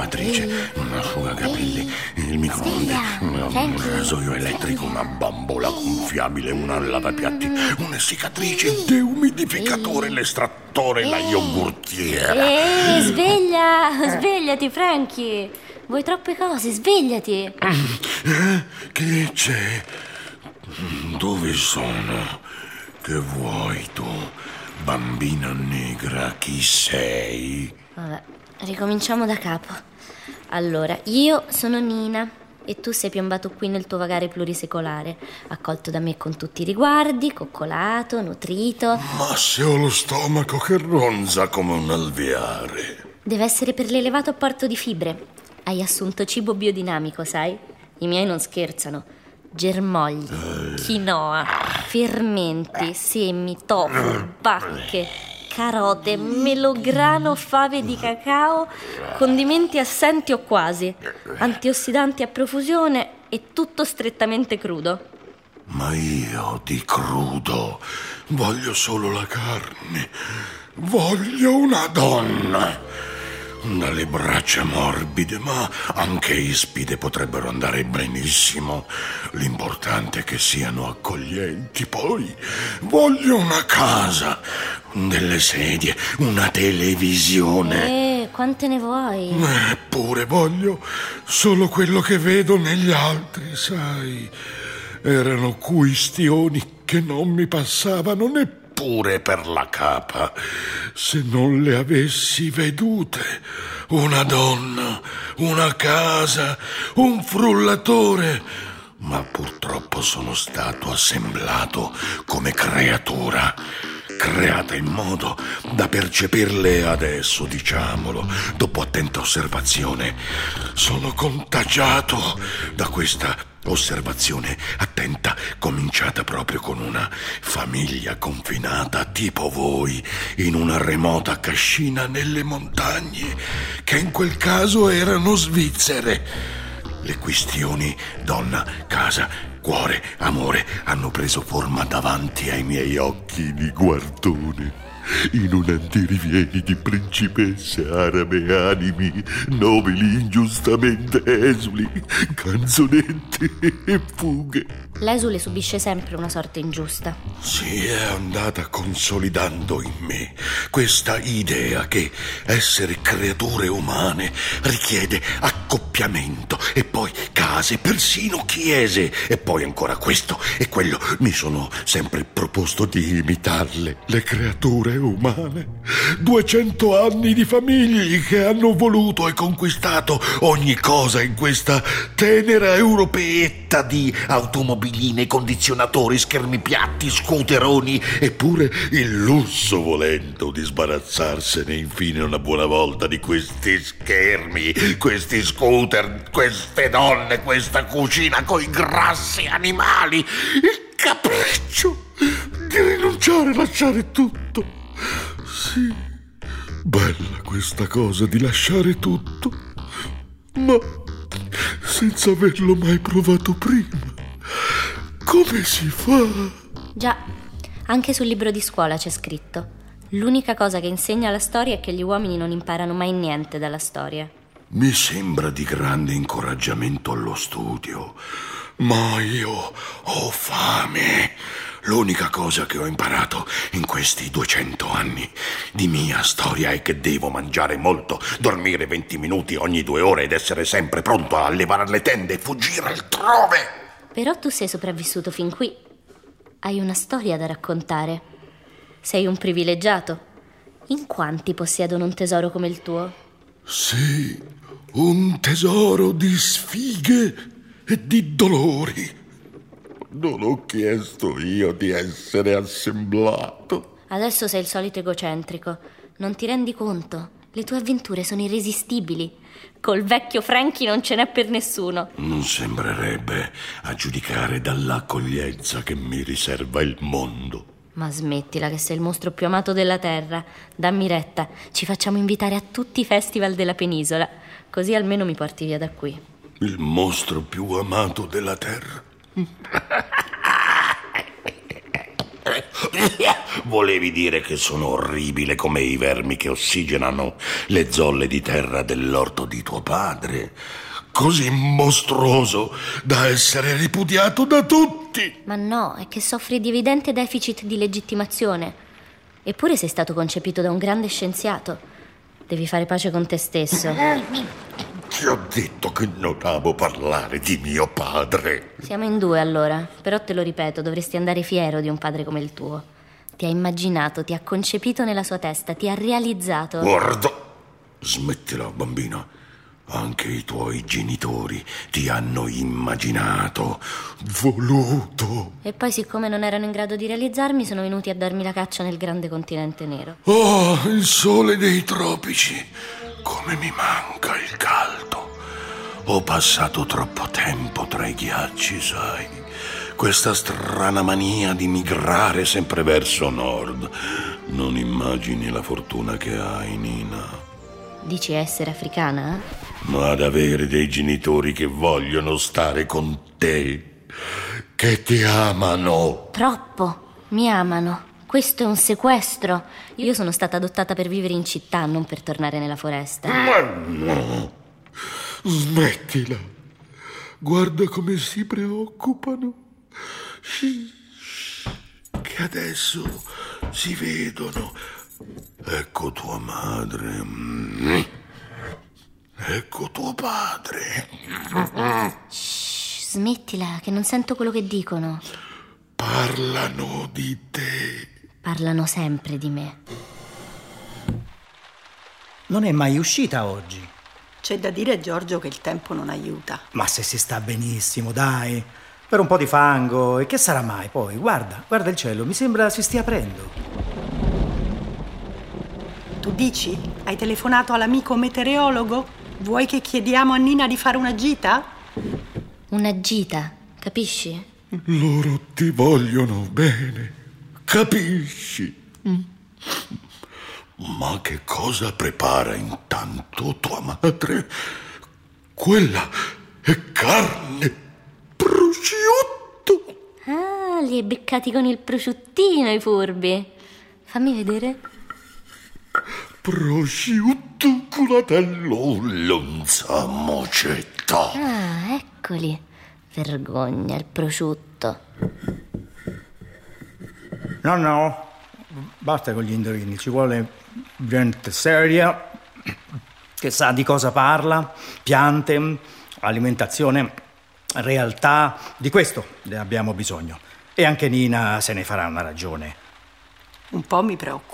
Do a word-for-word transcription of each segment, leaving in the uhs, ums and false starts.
lavatrice, Ehi. un asciugacapelli, il microonde, un Frankie. rasoio elettrico, una bambola gonfiabile, una lavapiatti, un'essiccatrice, il deumidificatore, l'estrattore, la yogurtiera. Ehi, sveglia! Svegliati, Frankie! Vuoi troppe cose, svegliati! Eh, che c'è? Dove sono? Che vuoi tu? Bambina negra, chi sei? Vabbè, ricominciamo da capo. Allora, io sono Nina e tu sei piombato qui nel tuo vagare plurisecolare, accolto da me con tutti i riguardi, coccolato, nutrito. Ma se ho lo stomaco che ronza come un alveare. Deve essere per l'elevato apporto di fibre. Hai assunto cibo biodinamico, sai? I miei non scherzano. Germogli, quinoa, fermenti, semi, tofu, bacche, carote, melograno, fave di cacao, condimenti assenti o quasi, antiossidanti a profusione e tutto strettamente crudo. Ma io di crudo voglio solo la carne. Voglio una donna. Dalle braccia morbide, ma anche ispide potrebbero andare benissimo. L'importante è che siano accoglienti. Poi voglio una casa, delle sedie, una televisione. Eh, quante ne vuoi? Eppure voglio solo quello che vedo negli altri, sai. Erano quistioni che non mi passavano neppure pure per la capa, se non le avessi vedute. Una donna, una casa, un frullatore. Ma purtroppo sono stato assemblato come creatura, creata in modo da percepirle adesso, diciamolo, dopo attenta osservazione. Sono contagiato da questa osservazione attenta, cominciata proprio con una famiglia confinata tipo voi in una remota cascina nelle montagne, che in quel caso erano svizzere. Le questioni donna, casa, cuore, amore hanno preso forma davanti ai miei occhi di guardone, in un andirivieni di principesse arabe, animi nobili ingiustamente esuli, canzonette e fughe. L'esule subisce sempre una sorte ingiusta. Si è andata consolidando in me questa idea che essere creature umane richiede accoppiamento e poi case, persino chiese, e poi ancora questo e quello. Mi sono sempre proposto di imitarle, le creature umane. Duecento anni di famiglie che hanno voluto e conquistato ogni cosa in questa tenera europeetta di automobiline, condizionatori, schermi piatti, scooteroni, eppure il lusso volendo di sbarazzarsene infine una buona volta di questi schermi, questi scooter, queste donne, questa cucina coi grassi animali, il capriccio di rinunciare a lasciare tutto. Sì, bella questa cosa di lasciare tutto, ma senza averlo mai provato prima. Come si fa? Già, anche sul libro di scuola c'è scritto: l'unica cosa che insegna la storia è che gli uomini non imparano mai niente dalla storia. Mi sembra di grande incoraggiamento allo studio, ma io ho fame. L'unica cosa che ho imparato in questi duecento anni di mia storia è che devo mangiare molto, dormire venti minuti ogni due ore ed essere sempre pronto a levare le tende e fuggire altrove. Però tu sei sopravvissuto fin qui. Hai una storia da raccontare. Sei un privilegiato. In quanti possiedono un tesoro come il tuo? Sì, un tesoro di sfighe e di dolori. Non ho chiesto io di essere assemblato. Adesso sei il solito egocentrico. Non ti rendi conto? Le tue avventure sono irresistibili. Col vecchio Frankie non ce n'è per nessuno. Non sembrerebbe, a giudicare dall'accoglienza che mi riserva il mondo. Ma smettila, che sei il mostro più amato della terra. Dammi retta, ci facciamo invitare a tutti i festival della penisola. Così almeno mi porti via da qui. Il mostro più amato della terra? Volevi dire che sono orribile come i vermi che ossigenano le zolle di terra dell'orto di tuo padre? Così mostruoso da essere ripudiato da tutti? Ma no, è che soffri di evidente deficit di legittimazione. Eppure sei stato concepito da un grande scienziato. Devi fare pace con te stesso. Ti ho detto che non amo parlare di mio padre. Siamo in due allora, però te lo ripeto, dovresti andare fiero di un padre come il tuo. Ti ha immaginato, ti ha concepito nella sua testa, ti ha realizzato. Guarda, smettila, bambina. Anche i tuoi genitori ti hanno immaginato, voluto. E poi, siccome non erano in grado di realizzarmi, sono venuti a darmi la caccia nel grande continente nero. Oh, il sole dei tropici. Come mi manca il caldo. Ho passato troppo tempo tra i ghiacci, sai. Questa strana mania di migrare sempre verso nord. Non immagini la fortuna che hai, Nina. Dici essere africana? Ma ad avere dei genitori che vogliono stare con te, che ti amano. Troppo, mi amano. Questo è un sequestro. Io sono stata adottata per vivere in città, non per tornare nella foresta. Ma no, smettila. Guarda come si preoccupano. Che adesso si vedono. Ecco tua madre. Ecco tuo padre. Shh, smettila, che non sento quello che dicono. Parlano di te. Parlano sempre di me. Non è mai uscita oggi. C'è da dire, Giorgio, che il tempo non aiuta. Ma se si sta benissimo, dai. Per un po' di fango. E che sarà mai poi? Guarda, guarda il cielo, mi sembra si stia aprendo. Tu dici? Hai telefonato all'amico meteorologo? Vuoi che chiediamo a Nina di fare una gita? Una gita, capisci? Loro ti vogliono bene, capisci? Ma che cosa prepara intanto tua madre? Quella è carne, prosciutto. Ah, li hai beccati con il prosciuttino, i furbi. Fammi vedere. Prosciutto, culatello, lonza, mocetta. Ah, eccoli. Vergogna, il prosciutto. No, no, basta con gli indovini. Ci vuole gente seria, che sa di cosa parla, piante, alimentazione, realtà. Di questo ne abbiamo bisogno. E anche Nina se ne farà una ragione. Un po' mi preoccupa.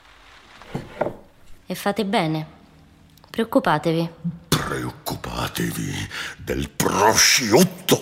E fate bene. Preoccupatevi. Preoccupatevi del prosciutto.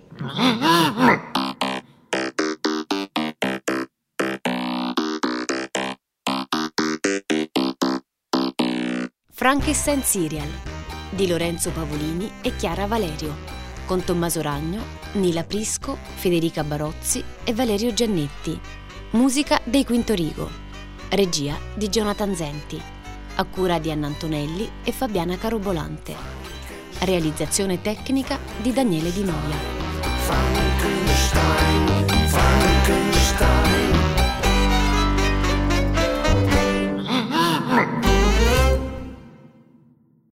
Frankenstein Serial di Lorenzo Pavolini e Chiara Valerio, con Tommaso Ragno, Nila Prisco, Federica Barozzi e Valerio Giannetti. Musica dei Quinto Rigo. Regia di Jonathan Zenti. A cura di Anna Antonelli e Fabiana Carobolante. Realizzazione tecnica di Daniele Di Noia. Frankenstein, Frankenstein.